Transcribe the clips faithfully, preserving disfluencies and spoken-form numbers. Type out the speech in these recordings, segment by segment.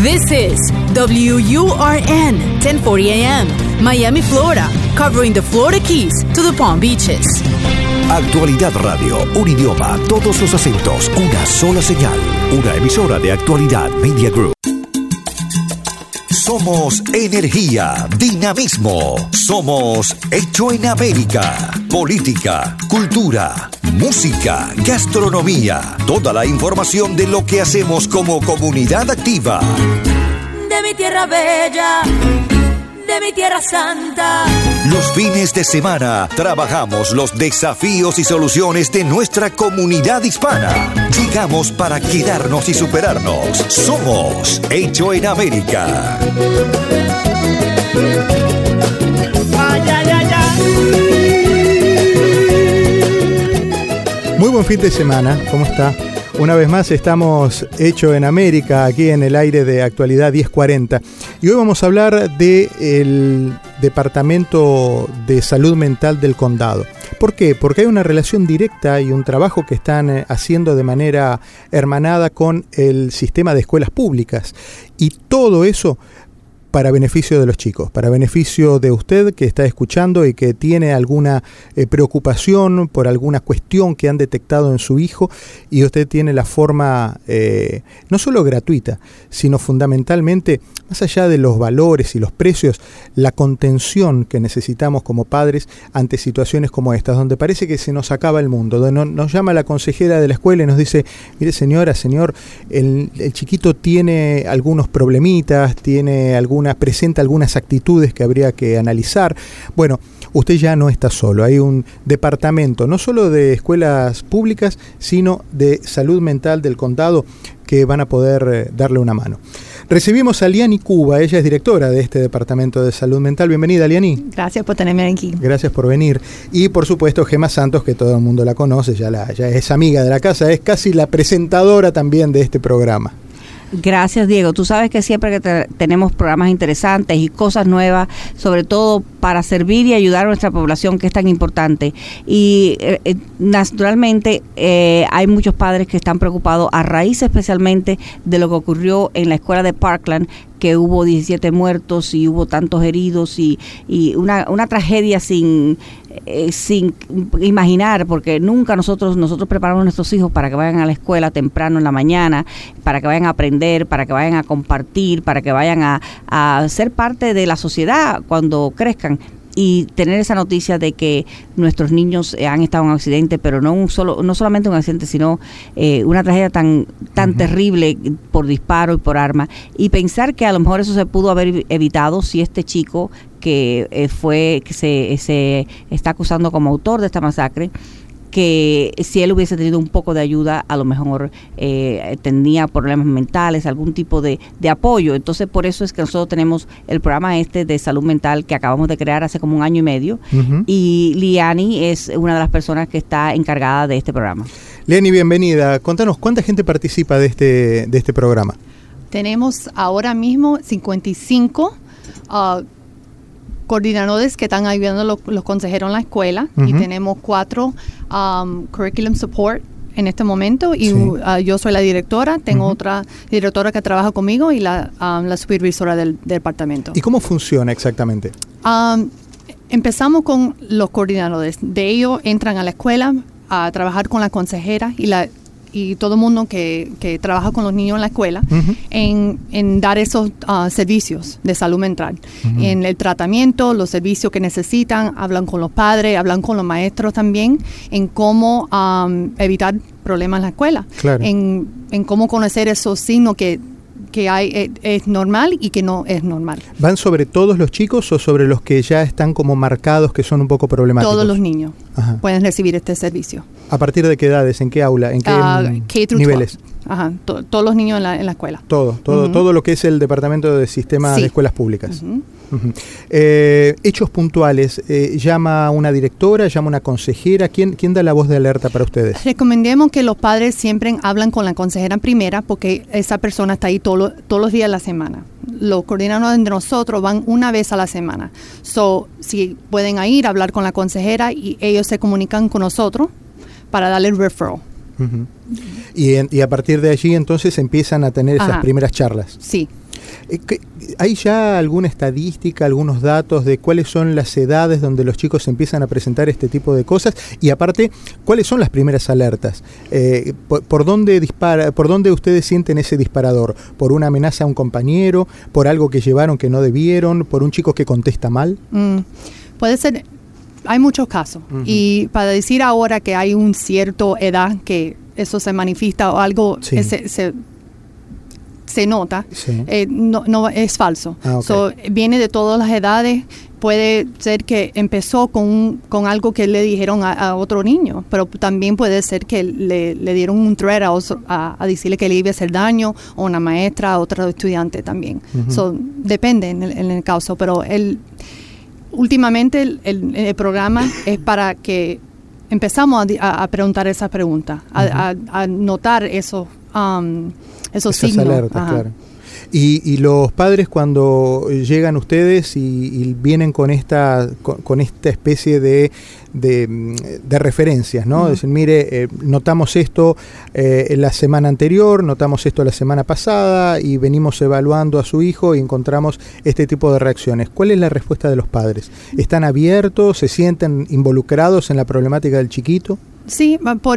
This is W U R N, ten forty A M, Miami, Florida, covering the Florida Keys to the Palm Beaches. Actualidad Radio, un idioma, todos los acentos, una sola señal. Una emisora de Actualidad Media Group. Somos energía, dinamismo. Somos Hecho en América. Política, cultura, música, gastronomía. Toda la información de lo que hacemos como comunidad activa. De mi tierra bella, de mi tierra santa. Los fines de semana trabajamos los desafíos y soluciones de nuestra comunidad hispana. Llegamos para quedarnos y superarnos. Somos Hecho en América. Ay, ay, ay, ay. Muy buen fin de semana, ¿cómo está? Una vez más estamos Hecho en América, aquí en el aire de Actualidad diez cuarenta. Y hoy vamos a hablar del Departamento de Salud Mental del Condado. ¿Por qué? Porque hay una relación directa y un trabajo que están haciendo de manera hermanada con el sistema de escuelas públicas. Y todo eso para beneficio de los chicos, para beneficio de usted que está escuchando y que tiene alguna eh, preocupación por alguna cuestión que han detectado en su hijo, y usted tiene la forma eh, no solo gratuita, sino fundamentalmente, más allá de los valores y los precios, la contención que necesitamos como padres ante situaciones como estas, donde parece que se nos acaba el mundo, donde nos llama la consejera de la escuela y nos dice: mire señora, señor, el, el chiquito tiene algunos problemitas, tiene algún presenta algunas actitudes que habría que analizar. Bueno, usted ya no está solo. Hay un departamento no solo de escuelas públicas, sino de salud mental del condado que van a poder eh, darle una mano. Recibimos a Liani Cuba, ella es directora de este departamento de salud mental. Bienvenida, Liani. Gracias por tenerme aquí. Gracias por venir. Y por supuesto Gemma Santos, que todo el mundo la conoce, ya, la, ya es amiga de la casa, es casi la presentadora también de este programa. Gracias, Diego. Tú sabes que siempre que te, tenemos programas interesantes y cosas nuevas, sobre todo para servir y ayudar a nuestra población, que es tan importante. Y eh, naturalmente eh, hay muchos padres que están preocupados a raíz especialmente de lo que ocurrió en la escuela de Parkland, que hubo diecisiete muertos y hubo tantos heridos y, y una, una tragedia sin eh, sin imaginar, porque nunca nosotros nosotros preparamos a nuestros hijos para que vayan a la escuela temprano en la mañana, para que vayan a aprender, para que vayan a compartir, para que vayan a, a ser parte de la sociedad cuando crezcan. Y tener esa noticia de que nuestros niños eh, han estado en un accidente, pero no un solo, no solamente un accidente, sino eh, una tragedia tan tan uh-huh. terrible por disparo y por arma, y pensar que a lo mejor eso se pudo haber evitado si este chico que eh, fue que se, se está acusando como autor de esta masacre, que si él hubiese tenido un poco de ayuda, a lo mejor eh, tenía problemas mentales, algún tipo de, de apoyo. Entonces, por eso es que nosotros tenemos el programa este de salud mental que acabamos de crear hace como un año y medio, uh-huh. y Liani es una de las personas que está encargada de este programa. Liani, bienvenida. Contanos, ¿cuánta gente participa de este, de este programa? Tenemos ahora mismo cincuenta y cinco uh, coordinadores que están ayudando a los, los consejeros en la escuela, uh-huh. y tenemos cuatro um, curriculum support en este momento, y sí. uh, yo soy la directora, tengo uh-huh. otra directora que trabaja conmigo y la, um, la supervisora del, del departamento. ¿Y cómo funciona exactamente? Um, empezamos con los coordinadores. De ellos entran a la escuela a trabajar con la consejera y la y todo el mundo que, que trabaja con los niños en la escuela, uh-huh. en, en dar esos uh, servicios de salud mental, uh-huh. en el tratamiento, los servicios que necesitan, hablan con los padres, hablan con los maestros también, en cómo um, evitar problemas en la escuela, claro. en, en cómo conocer esos signos que que hay es, es normal y que no es normal. ¿Van sobre todos los chicos o sobre los que ya están como marcados que son un poco problemáticos? Todos los niños Ajá. pueden recibir este servicio. ¿A partir de qué edades? ¿En qué aula? ¿En qué uh, K niveles? Ajá, to, todos los niños en la, en la escuela. Todo, todo, uh-huh. todo lo que es el Departamento de Sistema sí. de Escuelas Públicas. Uh-huh. Uh-huh. Eh, hechos puntuales, eh, ¿llama una directora, llama una consejera? ¿Quién, ¿Quién da la voz de alerta para ustedes? Recomendemos que los padres siempre hablan con la consejera primera, porque esa persona está ahí todo, todos los días de la semana. Los coordinadores de nosotros van una vez a la semana. So, si pueden ir a hablar con la consejera y ellos se comunican con nosotros para darle el referral. Uh-huh. Y, en, y a partir de allí entonces empiezan a tener esas Ajá. primeras charlas. Sí. ¿Hay ya alguna estadística, algunos datos de cuáles son las edades donde los chicos empiezan a presentar este tipo de cosas? Y aparte, ¿cuáles son las primeras alertas? Eh, por, ¿Por dónde dispara, por dónde ustedes sienten ese disparador? ¿Por una amenaza a un compañero? ¿Por algo que llevaron que no debieron? ¿Por un chico que contesta mal? Mm, puede ser, hay muchos casos. Uh-huh. Y para decir ahora que hay un cierto edad que eso se manifiesta o algo sí. ese, se se nota, sí. eh, no, no es falso. Ah, okay. So, viene de todas las edades. Puede ser que empezó con, con algo que le dijeron a, a otro niño, pero también puede ser que le, le dieron un threat a, a, a decirle que le iba a hacer daño, o una maestra, a otro estudiante también. Uh-huh. So, depende en el, en el caso, pero el, últimamente el, el, el programa es para que empezamos a, a preguntar esas preguntas, uh-huh. a, a, a notar esos um, esos Esas signos. Alertas, claro. Y, y los padres cuando llegan ustedes y, y vienen con esta con, con esta especie de, de, de referencias, ¿no? Uh-huh. Decir, mire, eh, notamos esto eh, la semana anterior, notamos esto la semana pasada y venimos evaluando a su hijo y encontramos este tipo de reacciones. ¿Cuál es la respuesta de los padres? ¿Están abiertos? ¿Se sienten involucrados en la problemática del chiquito? Sí, por,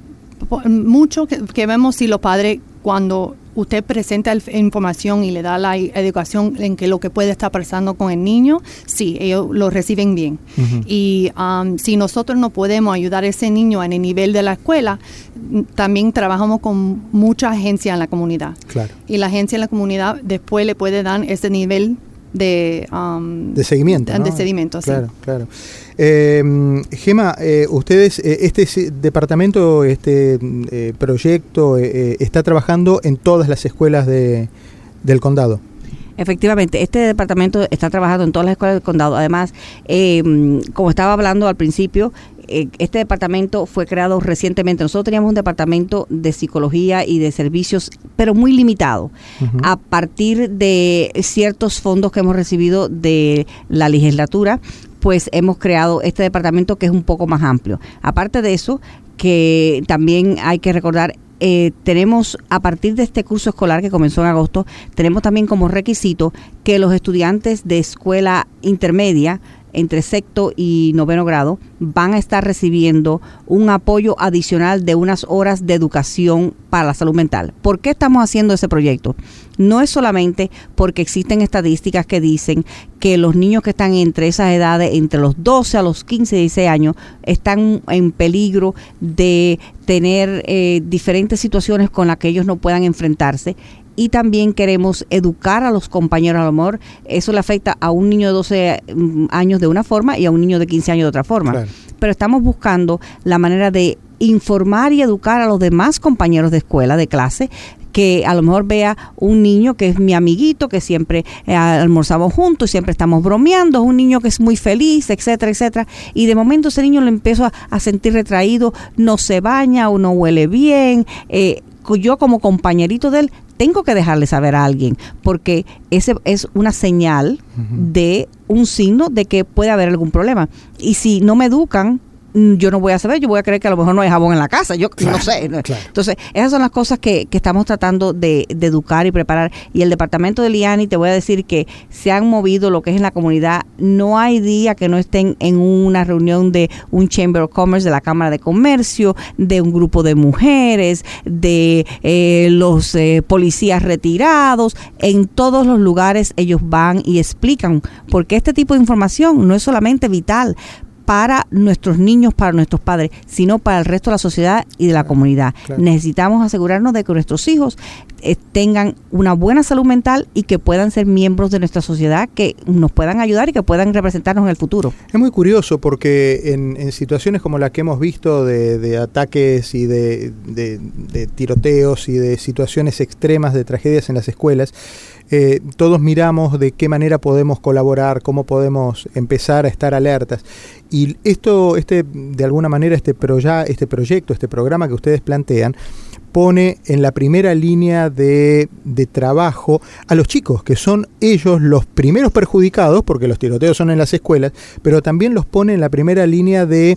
por mucho que, que vemos si los padres, cuando usted presenta el, información y le da la educación en que lo que puede estar pasando con el niño, sí, ellos lo reciben bien. Uh-huh. Y um, si nosotros no podemos ayudar a ese niño en el nivel de la escuela, también trabajamos con mucha agencia en la comunidad. Claro. Y la agencia en la comunidad después le puede dar ese nivel de um, de seguimiento, de, ¿no? de seguimiento, claro, sí. Claro. Eh, Gema, eh, ustedes, eh, este departamento, este eh, proyecto eh, está trabajando en todas las escuelas de, del condado. Efectivamente, este departamento está trabajando en todas las escuelas del condado. Además, eh, como estaba hablando al principio, eh, este departamento fue creado recientemente. Nosotros teníamos un departamento de psicología y de servicios, pero muy limitado, uh-huh. a partir de ciertos fondos que hemos recibido de la legislatura. Pues hemos creado este departamento que es un poco más amplio. Aparte de eso, que también hay que recordar, eh, tenemos a partir de este curso escolar que comenzó en agosto, tenemos también como requisito que los estudiantes de escuela intermedia, entre sexto y noveno grado, van a estar recibiendo un apoyo adicional de unas horas de educación para la salud mental. ¿Por qué estamos haciendo ese proyecto? No es solamente porque existen estadísticas que dicen que los niños que están entre esas edades, entre los doce a los quince, dieciséis años, están en peligro de tener eh, diferentes situaciones con las que ellos no puedan enfrentarse. Y también queremos educar a los compañeros. A lo mejor eso le afecta a un niño de doce años de una forma y a un niño de quince años de otra forma. Claro. Pero estamos buscando la manera de informar y educar a los demás compañeros de escuela, de clase, que a lo mejor vea un niño que es mi amiguito, que siempre eh, almorzamos juntos, siempre estamos bromeando, es un niño que es muy feliz, etcétera, etcétera, y de momento ese niño lo empiezo a, a sentir retraído, no se baña o no huele bien, eh, yo como compañerito de él tengo que dejarle saber a alguien, porque ese es una señal uh-huh. de un signo de que puede haber algún problema. Y si no me educan, yo no voy a saber, yo voy a creer que a lo mejor no hay jabón en la casa, yo claro, no sé. Claro. Entonces, esas son las cosas que, que estamos tratando de, de educar y preparar. Y el departamento de Liani, te voy a decir que se han movido lo que es en la comunidad. No hay día que no estén en una reunión de un Chamber of Commerce, de la Cámara de Comercio, de un grupo de mujeres, de eh, los eh, policías retirados. En todos los lugares ellos van y explican, porque este tipo de información no es solamente vital para nuestros niños, para nuestros padres, sino para el resto de la sociedad y de la claro, comunidad. Claro. Necesitamos asegurarnos de que nuestros hijos eh, tengan una buena salud mental y que puedan ser miembros de nuestra sociedad, que nos puedan ayudar y que puedan representarnos en el futuro. Es muy curioso porque en, en situaciones como las que hemos visto de, de ataques y de, de, de tiroteos y de situaciones extremas de tragedias en las escuelas, Eh, todos miramos de qué manera podemos colaborar, cómo podemos empezar a estar alertas. Y esto, este, de alguna manera, este, proya, este proyecto, este programa que ustedes plantean, pone en la primera línea de, de trabajo a los chicos, que son ellos los primeros perjudicados, porque los tiroteos son en las escuelas, pero también los pone en la primera línea de,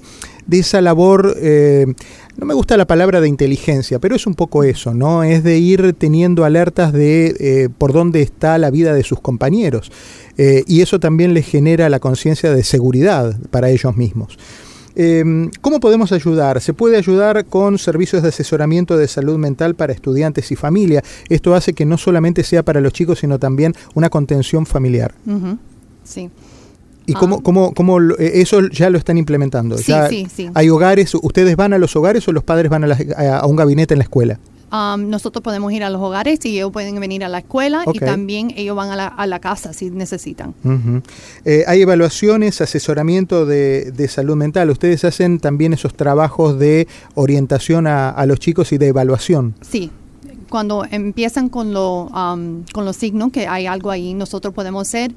de esa labor, eh, no me gusta la palabra de inteligencia, pero es un poco eso, ¿no? Es de ir teniendo alertas de eh, por dónde está la vida de sus compañeros. Eh, y eso también les genera la conciencia de seguridad para ellos mismos. Eh, ¿Cómo podemos ayudar? Se puede ayudar con servicios de asesoramiento de salud mental para estudiantes y familia. Esto hace que no solamente sea para los chicos, sino también una contención familiar. Uh-huh. Sí. ¿Y cómo, um, cómo, cómo eso ya lo están implementando? Sí, ¿Ya sí, sí. ¿Hay hogares? ¿Ustedes van a los hogares o los padres van a, la, a un gabinete en la escuela? Um, nosotros podemos ir a los hogares y ellos pueden venir a la escuela, okay. Y también ellos van a la, a la casa si necesitan. Uh-huh. Eh, hay evaluaciones, asesoramiento de, de salud mental. ¿Ustedes hacen también esos trabajos de orientación a, a los chicos y de evaluación? Sí. Cuando empiezan con, lo, um, con los signos, que hay algo ahí, nosotros podemos hacer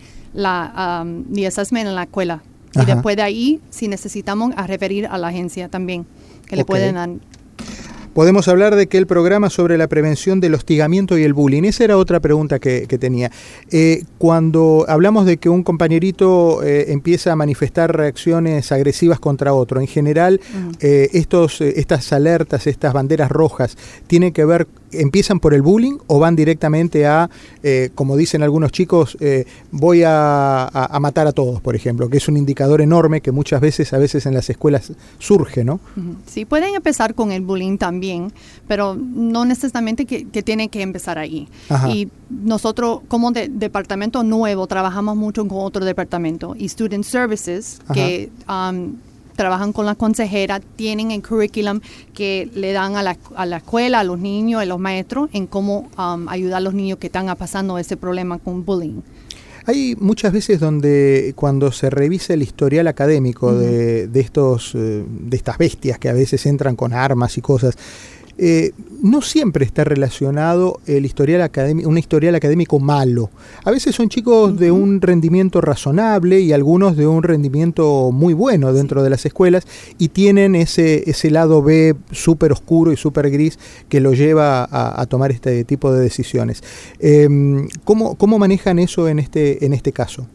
la um, the assessment en la escuela. Ajá. Y después de ahí, si necesitamos, a referir a la agencia también, que okay. le pueden dar. Podemos hablar de que el programa sobre la prevención del hostigamiento y el bullying, esa era otra pregunta que, que tenía. Eh, cuando hablamos de que un compañerito eh, empieza a manifestar reacciones agresivas contra otro, en general, uh-huh. eh, estos, eh, estas alertas, estas banderas rojas, ¿tienen que ver, empiezan por el bullying o van directamente a, eh, como dicen algunos chicos, eh, voy a, a, a matar a todos, por ejemplo, que es un indicador enorme que muchas veces, a veces en las escuelas surge, ¿no? Uh-huh. Sí, pueden empezar con el bullying también. Bien, pero no necesariamente que, que tiene que empezar ahí. Ajá. Y nosotros como de, departamento nuevo trabajamos mucho con otro departamento y Student Services, ajá. que um, trabajan con la consejera, tienen el curriculum que le dan a la, a la escuela, a los niños, a los maestros en cómo um, ayudar a los niños que están pasando ese problema con bullying. Hay muchas veces donde cuando se revisa el historial académico uh-huh. de, de, estos, de estas bestias que a veces entran con armas y cosas, eh, no siempre está relacionado el historial académico, un historial académico malo. A veces son chicos uh-huh. de un rendimiento razonable y algunos de un rendimiento muy bueno dentro sí. de las escuelas y tienen ese, ese lado B súper oscuro y súper gris que lo lleva a, a tomar este tipo de decisiones. Eh, ¿cómo, ¿Cómo manejan eso en este, en este caso?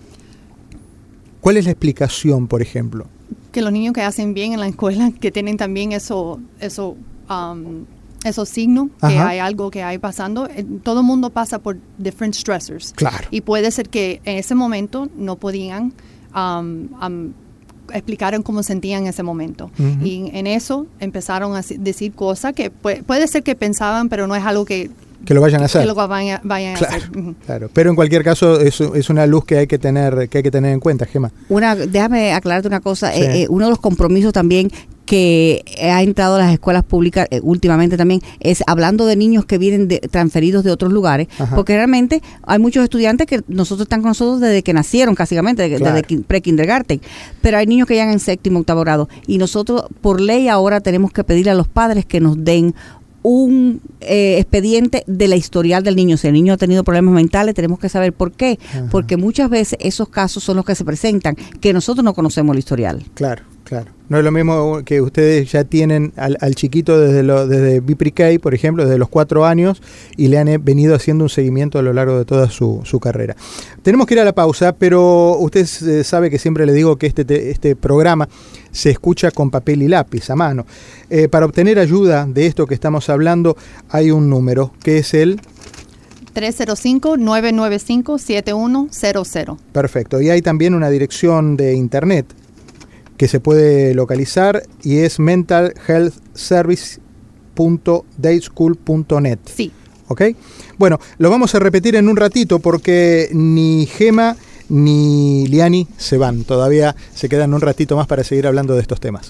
¿Cuál es la explicación, por ejemplo? Que los niños que hacen bien en la escuela, que tienen también eso... eso Um, esos signos, ajá. que hay algo que hay pasando, eh, todo el mundo pasa por different stressors. Claro. Y puede ser que en ese momento no podían um, um, explicar cómo sentían en ese momento. Uh-huh. Y en eso empezaron a decir cosas que puede, puede ser que pensaban, pero no es algo que... Que lo vayan a hacer. Que lo vayan, vayan claro, a hacer. Uh-huh. Claro, pero en cualquier caso es, es una luz que hay que tener que hay que tener en cuenta, Gemma. Una, déjame aclararte una cosa. Sí. Eh, eh, uno de los compromisos también que ha entrado a las escuelas públicas eh, últimamente también es hablando de niños que vienen de, transferidos de otros lugares, ajá. porque realmente hay muchos estudiantes que nosotros están con nosotros desde que nacieron, básicamente, claro. desde pre-kindergarten, pero hay niños que llegan en séptimo, octavo grado y nosotros por ley ahora tenemos que pedirle a los padres que nos den un eh, expediente de la historial del niño. Si el niño ha tenido problemas mentales, tenemos que saber por qué. Ajá. Porque muchas veces esos casos son los que se presentan, que nosotros no conocemos el historial. Claro, claro. No es lo mismo que ustedes ya tienen al, al chiquito desde lo, desde pre-K, por ejemplo, desde los cuatro años, y le han venido haciendo un seguimiento a lo largo de toda su, su carrera. Tenemos que ir a la pausa, pero usted eh, sabe que siempre le digo que este, este programa se escucha con papel y lápiz a mano. Eh, para obtener ayuda de esto que estamos hablando, hay un número, que es el... tres cero cinco, nueve nueve cinco, siete uno cero cero. Perfecto. Y hay también una dirección de internet que se puede localizar y es mental health service punto dayschool punto net. Sí. ¿Ok? Bueno, lo vamos a repetir en un ratito porque ni Gemma ni Liani se van. Todavía se quedan un ratito más para seguir hablando de estos temas.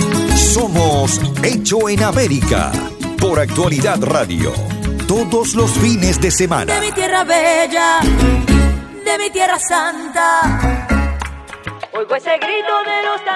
Somos Hecho en América por Actualidad Radio. Todos los fines de semana. De mi tierra bella, de mi tierra santa. Oigo ese grito de los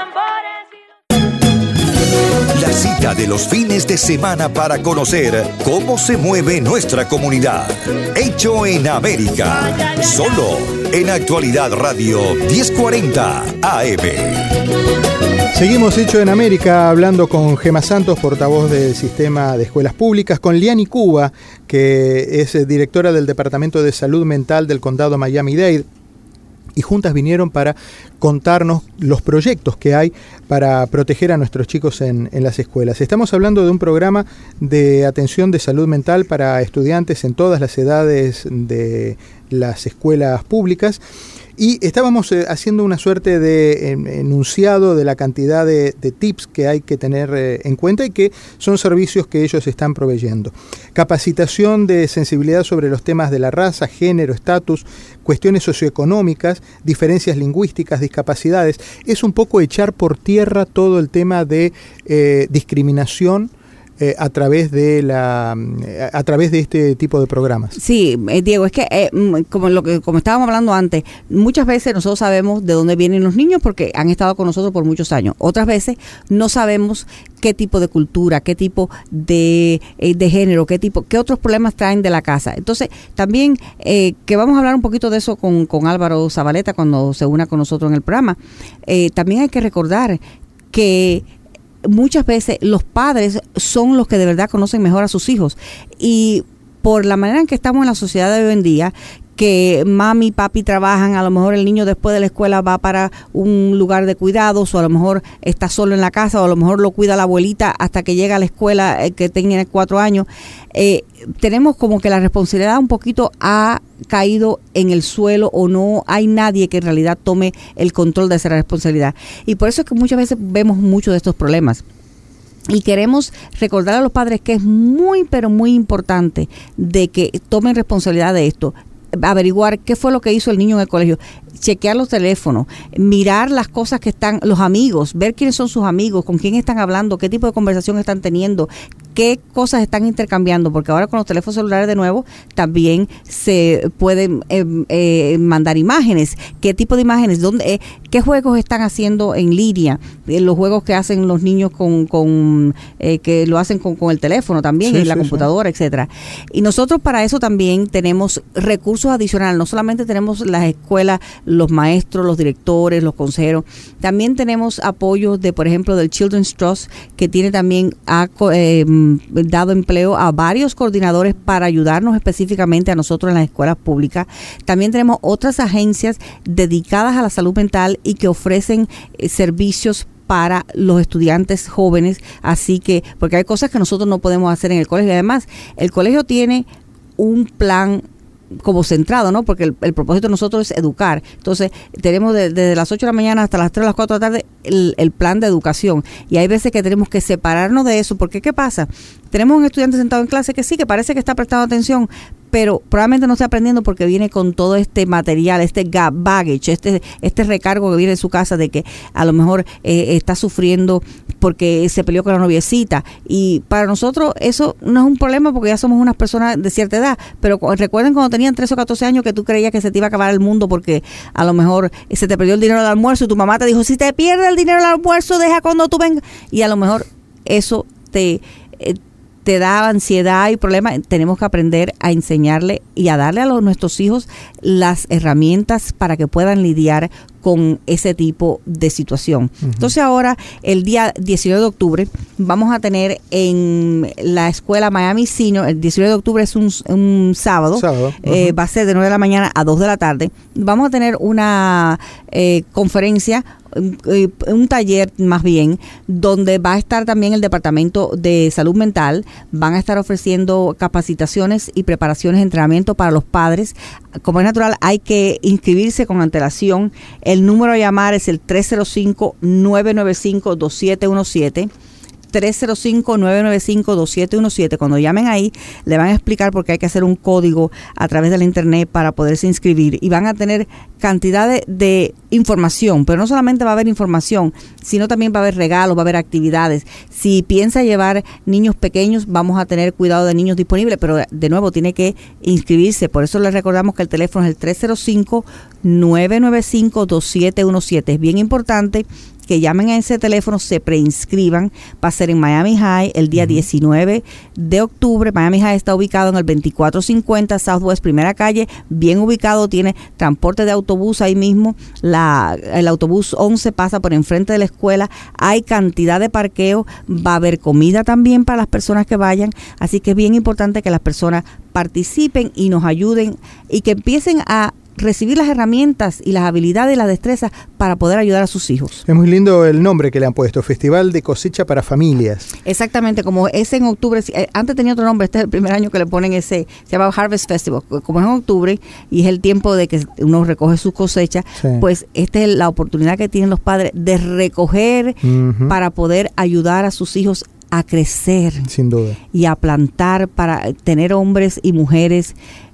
tambores. La cita de los fines de semana para conocer cómo se mueve nuestra comunidad. Hecho en América. Solo en Actualidad Radio diez cuarenta A M. Seguimos Hecho en América hablando con Gemma Santos, portavoz del Sistema de Escuelas Públicas, con Liani Cuba, que es directora del Departamento de Salud Mental del Condado Miami-Dade. y juntas vinieron para contarnos los proyectos que hay para proteger a nuestros chicos en, en las escuelas. Estamos hablando de un programa de atención de salud mental para estudiantes en todas las edades de las escuelas públicas. Y estábamos eh, haciendo una suerte de en, enunciado de la cantidad de, de tips que hay que tener eh, en cuenta y que son servicios que ellos están proveyendo. Capacitación de sensibilidad sobre los temas de la raza, género, estatus, cuestiones socioeconómicas, diferencias lingüísticas, discapacidades. Es un poco echar por tierra todo el tema de eh, discriminación Eh, a través de la a través de este tipo de programas. Sí, eh, Diego, es que eh, como lo que como estábamos hablando antes, muchas veces nosotros sabemos de dónde vienen los niños porque han estado con nosotros por muchos años. Otras veces no sabemos qué tipo de cultura, qué tipo de, eh, de género, qué tipo, qué otros problemas traen de la casa. Entonces, también eh, que vamos a hablar un poquito de eso con, con Álvaro Zabaleta cuando se una con nosotros en el programa. Eh, también hay que recordar que muchas veces los padres son los que de verdad conocen mejor a sus hijos y por la manera en que estamos en la sociedad de hoy en día, que mami y papi trabajan, a lo mejor el niño después de la escuela va para un lugar de cuidados o a lo mejor está solo en la casa o a lo mejor lo cuida la abuelita hasta que llega a la escuela eh, que tenga cuatro años. Eh, tenemos como que la responsabilidad un poquito ha caído en el suelo o no hay nadie que en realidad tome el control de esa responsabilidad. Y por eso es que muchas veces vemos muchos de estos problemas. Y queremos recordar a los padres que es muy, pero muy importante de que tomen responsabilidad de esto. Averiguar qué fue lo que hizo el niño en el colegio, chequear los teléfonos, mirar las cosas que están, los amigos, ver quiénes son sus amigos, con quién están hablando, qué tipo de conversación están teniendo, qué cosas están intercambiando, porque ahora con los teléfonos celulares de nuevo también se pueden eh, eh, mandar imágenes, qué tipo de imágenes, dónde, eh, qué juegos están haciendo en línea, eh, los juegos que hacen los niños con, con eh, que lo hacen con, con el teléfono también, sí, en la sí, computadora, sí. etcétera. Y nosotros para eso también tenemos recursos adicionales, no solamente tenemos las escuelas, los maestros, los directores, los consejeros, también tenemos apoyos de, por ejemplo, del Children's Trust, que tiene también ha, eh, dado empleo a varios coordinadores para ayudarnos específicamente a nosotros en las escuelas públicas. También tenemos otras agencias dedicadas a la salud mental y que ofrecen eh, servicios para los estudiantes jóvenes, así que, porque hay cosas que nosotros no podemos hacer en el colegio. Y además, el colegio tiene un plan como centrado, ¿no? Porque el, el propósito de nosotros es educar. Entonces, tenemos de, desde las ocho de la mañana hasta las tres o las cuatro de la tarde el, el plan de educación. Y hay veces que tenemos que separarnos de eso, porque ¿qué pasa? Tenemos un estudiante sentado en clase que sí, que parece que está prestando atención, pero probablemente no está aprendiendo porque viene con todo este material, este baggage, este este recargo que viene de su casa de que a lo mejor eh, está sufriendo porque se peleó con la noviecita. Y para nosotros eso no es un problema porque ya somos unas personas de cierta edad, pero recuerden cuando tenían trece o catorce años que tú creías que se te iba a acabar el mundo porque a lo mejor se te perdió el dinero del almuerzo y tu mamá te dijo, si te pierde el dinero del almuerzo, deja cuando tú vengas. Y a lo mejor eso te... Eh, te da ansiedad y problemas. Tenemos que aprender a enseñarle y a darle a los, nuestros hijos las herramientas para que puedan lidiar con ese tipo de situación. Uh-huh. Entonces ahora, el día diecinueve de octubre, vamos a tener en la escuela Miami Senior, el diecinueve de octubre es un, un sábado, sábado. Uh-huh. eh, va a ser de nueve de la mañana a dos de la tarde. Vamos a tener una eh, conferencia, un taller más bien, donde va a estar también el Departamento de Salud Mental, van a estar ofreciendo capacitaciones y preparaciones de entrenamiento para los padres. Como es natural, hay que inscribirse con antelación. El número a llamar es el tres cero cinco, nueve nueve cinco, dos siete uno siete. tres cero cinco, nueve nueve cinco, dos siete uno siete. Cuando llamen ahí, le van a explicar por qué hay que hacer un código a través de la internet para poderse inscribir y van a tener cantidad de, de información, pero no solamente va a haber información, sino también va a haber regalos, va a haber actividades. Si piensa llevar niños pequeños, vamos a tener cuidado de niños disponibles, pero de nuevo tiene que inscribirse. Por eso les recordamos que el teléfono es el tres cero cinco, nueve nueve cinco, dos siete uno siete. Es bien importante que llamen a ese teléfono, se preinscriban. Va a ser en Miami High el día uh-huh. diecinueve de octubre. Miami High está ubicado en el veinticuatro cincuenta Southwest Primera Calle, bien ubicado, tiene transporte de autobús ahí mismo. La, el autobús once pasa por enfrente de la escuela. Hay cantidad de parqueo, va a haber comida también para las personas que vayan. Así que es bien importante que las personas participen y nos ayuden y que empiecen a recibir las herramientas y las habilidades y las destrezas para poder ayudar a sus hijos. Es muy lindo el nombre que le han puesto, Festival de Cosecha para Familias. Exactamente, como es en octubre, antes tenía otro nombre, este es el primer año que le ponen ese, se llama Harvest Festival, como es en octubre y es el tiempo de que uno recoge su cosecha, sí. Pues esta es la oportunidad que tienen los padres de recoger uh-huh. para poder ayudar a sus hijos a crecer. Sin duda. Y a plantar para tener hombres y mujeres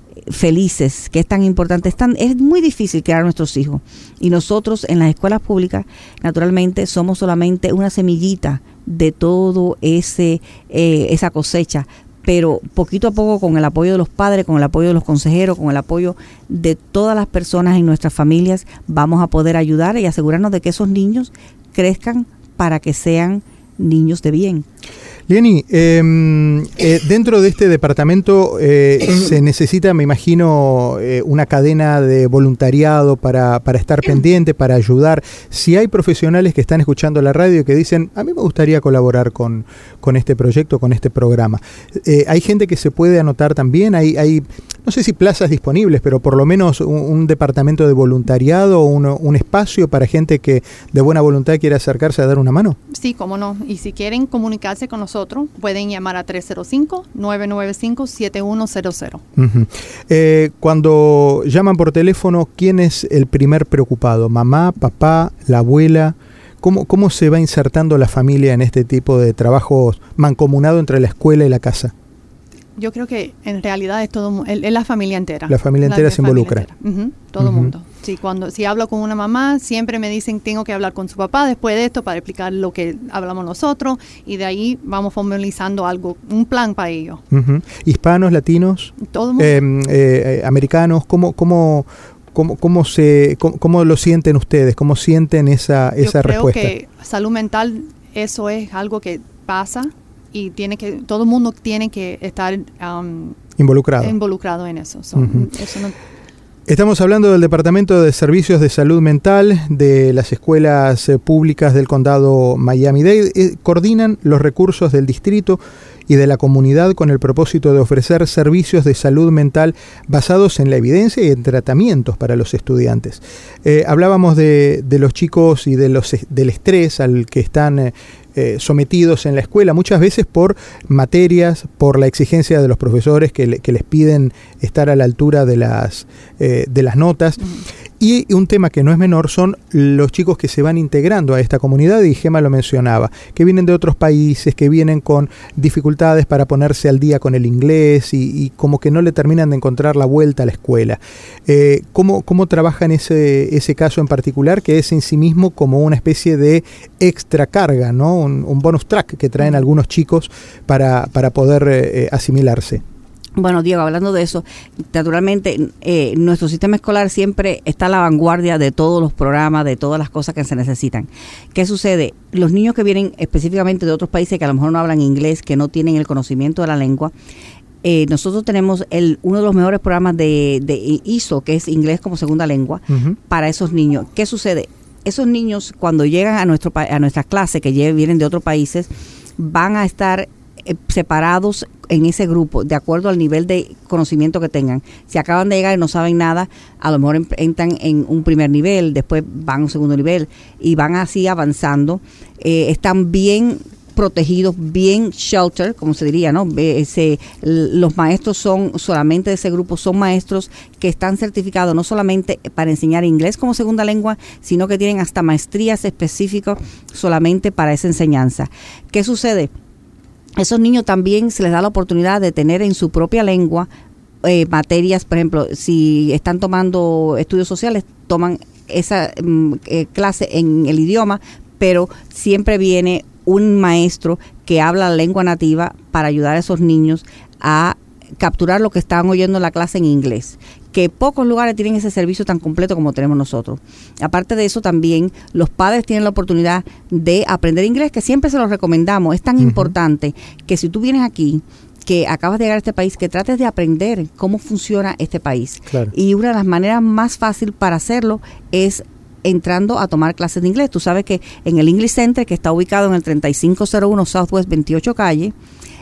felices, que es tan importante. Es, tan, es muy difícil criar a nuestros hijos. Y nosotros en las escuelas públicas, naturalmente, somos solamente una semillita de todo ese eh, esa cosecha. Pero poquito a poco, con el apoyo de los padres, con el apoyo de los consejeros, con el apoyo de todas las personas en nuestras familias, vamos a poder ayudar y asegurarnos de que esos niños crezcan para que sean niños de bien. Lieni, eh, eh, dentro de este departamento eh, se necesita, me imagino, eh, una cadena de voluntariado para, para estar pendiente, para ayudar. Si hay profesionales que están escuchando la radio y que dicen, a mí me gustaría colaborar con, con este proyecto, con este programa. Eh, ¿Hay gente que se puede anotar también? ¿Hay, hay no sé si plazas disponibles, pero por lo menos un, un departamento de voluntariado, un, un espacio para gente que de buena voluntad quiera acercarse a dar una mano? Sí, cómo no. Y si quieren comunicarse con nosotros, pueden llamar a tres cero cinco, nueve nueve cinco, siete uno cero cero. Uh-huh. Eh, cuando llaman por teléfono, ¿quién es el primer preocupado? ¿Mamá, papá, la abuela? ¿Cómo, cómo se va insertando la familia en este tipo de trabajos mancomunado entre la escuela y la casa? Yo creo que en realidad es todo es la familia entera. La familia entera la se involucra. Uh-huh, todo el uh-huh. mundo. Sí, cuando si hablo con una mamá, siempre me dicen tengo que hablar con su papá después de esto para explicar lo que hablamos nosotros y de ahí vamos formalizando algo, un plan para ellos. Uh-huh. Hispanos, latinos, todo el mundo. Eh, eh, americanos, ¿cómo cómo cómo cómo se cómo, cómo lo sienten ustedes? ¿Cómo sienten esa esa Yo creo respuesta? Que salud mental eso es algo que pasa. Y tiene que todo el mundo tiene que estar um, involucrado involucrado en eso. So, uh-huh. eso no... Estamos hablando del Departamento de Servicios de Salud Mental de las escuelas eh, públicas del condado Miami-Dade. Eh, coordinan los recursos del distrito y de la comunidad con el propósito de ofrecer servicios de salud mental basados en la evidencia y en tratamientos para los estudiantes. Eh, hablábamos de, de los chicos y de los del estrés al que están eh, Eh, sometidos en la escuela, muchas veces por materias, por la exigencia de los profesores que, le, que les piden estar a la altura de las, eh, de las notas. Uh-huh. Y un tema que no es menor son los chicos que se van integrando a esta comunidad, y Gema lo mencionaba, que vienen de otros países, que vienen con dificultades para ponerse al día con el inglés y, y como que no le terminan de encontrar la vuelta a la escuela. Eh, ¿cómo, ¿Cómo trabajan ese, ese caso en particular, que es en sí mismo como una especie de extra carga, ¿no? Un, un bonus track que traen algunos chicos para, para poder eh, asimilarse? Bueno, Diego, hablando de eso, naturalmente eh, nuestro sistema escolar siempre está a la vanguardia de todos los programas, de todas las cosas que se necesitan. ¿Qué sucede? Los niños que vienen específicamente de otros países que a lo mejor no hablan inglés, que no tienen el conocimiento de la lengua, eh, nosotros tenemos el uno de los mejores programas de, de I S O, que es Inglés como Segunda Lengua, uh-huh. para esos niños. ¿Qué sucede? Esos niños cuando llegan a, nuestro, a nuestras clases, que vienen de otros países, van a estar separados en ese grupo de acuerdo al nivel de conocimiento que tengan. Si acaban de llegar y no saben nada, a lo mejor entran en un primer nivel, después van a un segundo nivel y van así avanzando. Eh, están bien protegidos, bien shelter, como se diría, ¿no? Ese, los maestros son solamente de ese grupo, son maestros que están certificados no solamente para enseñar inglés como segunda lengua, sino que tienen hasta maestrías específicas solamente para esa enseñanza. ¿Qué sucede? Esos niños también se les da la oportunidad de tener en su propia lengua eh, materias, por ejemplo, si están tomando estudios sociales, toman esa eh, clase en el idioma, pero siempre viene un maestro que habla la lengua nativa para ayudar a esos niños a capturar lo que estaban oyendo en la clase en inglés, que pocos lugares tienen ese servicio tan completo como tenemos nosotros. Aparte de eso, también los padres tienen la oportunidad de aprender inglés, que siempre se los recomendamos. Es tan uh-huh. importante que si tú vienes aquí, que acabas de llegar a este país, que trates de aprender cómo funciona este país. Claro. Y una de las maneras más fácil para hacerlo es entrando a tomar clases de inglés. Tú sabes que en el English Center, que está ubicado en el treinta y cinco cero uno Southwest veintiocho Calle,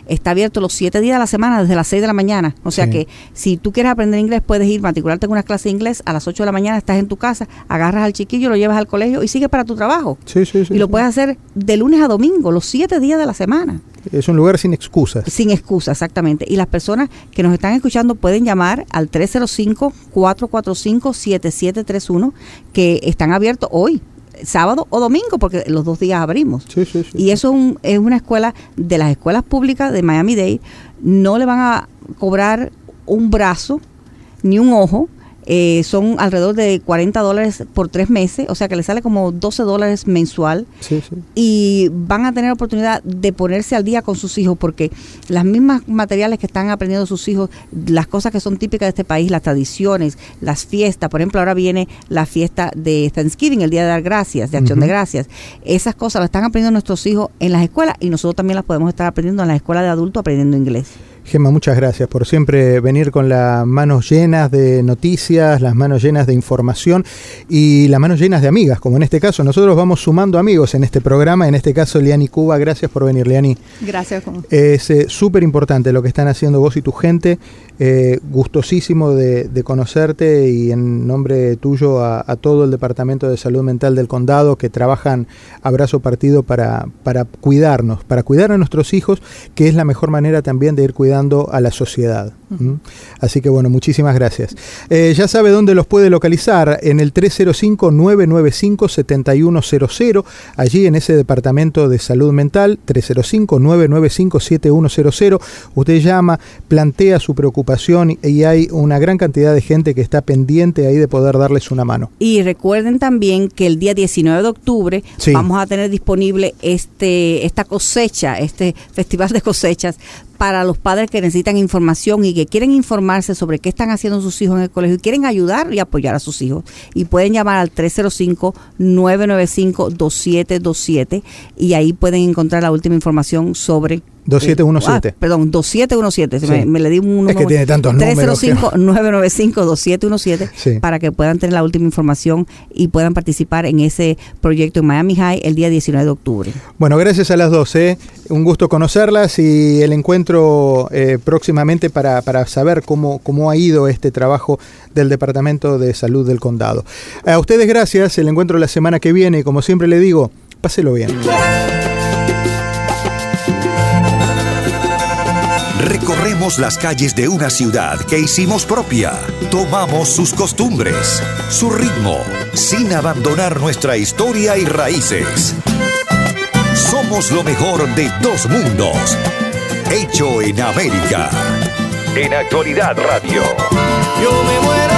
está abierto los siete días de la semana desde las seis de la mañana. O sea Sí. que si tú quieres aprender inglés, puedes ir, matricularte en una clase de inglés a las ocho de la mañana, estás en tu casa, agarras al chiquillo, lo llevas al colegio y sigues para tu trabajo. Sí, sí, sí, y lo sí. puedes hacer de lunes a domingo, los siete días de la semana. Es un lugar sin excusas. Sin excusa, exactamente. Y las personas que nos están escuchando pueden llamar al tres cero cinco, cuatro cuatro cinco, siete siete tres uno, que están abiertos hoy, sábado o domingo, porque los dos días abrimos. Sí, sí, sí, y sí. eso es, un- es una escuela de las escuelas públicas de Miami-Dade. No le van a cobrar un brazo ni un ojo. Eh, son alrededor de cuarenta dólares por tres meses, o sea que le sale como doce dólares mensual. Sí, sí. Y van a tener oportunidad de ponerse al día con sus hijos, porque las mismas materiales que están aprendiendo sus hijos, las cosas que son típicas de este país, las tradiciones, las fiestas, por ejemplo, ahora viene la fiesta de Thanksgiving, el Día de Dar Gracias, de Acción Ujú. de Gracias. Esas cosas las están aprendiendo nuestros hijos en las escuelas y nosotros también las podemos estar aprendiendo en las escuelas de adultos aprendiendo inglés. Gemma, muchas gracias por siempre venir con las manos llenas de noticias, las manos llenas de información y las manos llenas de amigas, como en este caso. Nosotros vamos sumando amigos en este programa, en este caso Liani Cuba. Gracias por venir, Liani. Gracias. Con... Es eh, súper importante lo que están haciendo vos y tu gente. Eh, gustosísimo de, de conocerte y en nombre tuyo a, a todo el Departamento de Salud Mental del Condado que trabajan a brazo partido para, para cuidarnos, para cuidar a nuestros hijos, que es la mejor manera también de ir cuidando a la sociedad. ¿Mm? Así que bueno, muchísimas gracias. Eh, ya sabe dónde los puede localizar, en el tres cero cinco, nueve nueve cinco, siete uno cero cero, allí en ese Departamento de Salud Mental, tres cero cinco, nueve nueve cinco, siete uno cero cero. Usted llama, plantea su preocupación y hay una gran cantidad de gente que está pendiente ahí de poder darles una mano. Y recuerden también que el día diecinueve de octubre Sí. vamos a tener disponible este esta cosecha, este festival de cosechas para los padres que necesitan información y que quieren informarse sobre qué están haciendo sus hijos en el colegio y quieren ayudar y apoyar a sus hijos. Y pueden llamar al tres cero cinco, nueve nueve cinco, dos siete dos siete y ahí pueden encontrar la última información sobre dos siete uno siete. Ah, perdón, dos siete uno siete. Sí. Me, me le di un número. Es que tiene tantos tres cero números que- cinco, nueve nueve cinco, dos siete uno siete Sí. para que puedan tener la última información y puedan participar en ese proyecto en Miami High el día diecinueve de octubre. Bueno, gracias a las dos, ¿eh? Un gusto conocerlas y el encuentro eh, próximamente para, para saber cómo, cómo ha ido este trabajo del Departamento de Salud del Condado. A ustedes gracias, el encuentro la semana que viene y como siempre le digo, páselo bien. Recorremos las calles de una ciudad que hicimos propia. Tomamos sus costumbres, su ritmo, sin abandonar nuestra historia y raíces. Somos lo mejor de dos mundos. Hecho en América. En Actualidad Radio. Yo me muero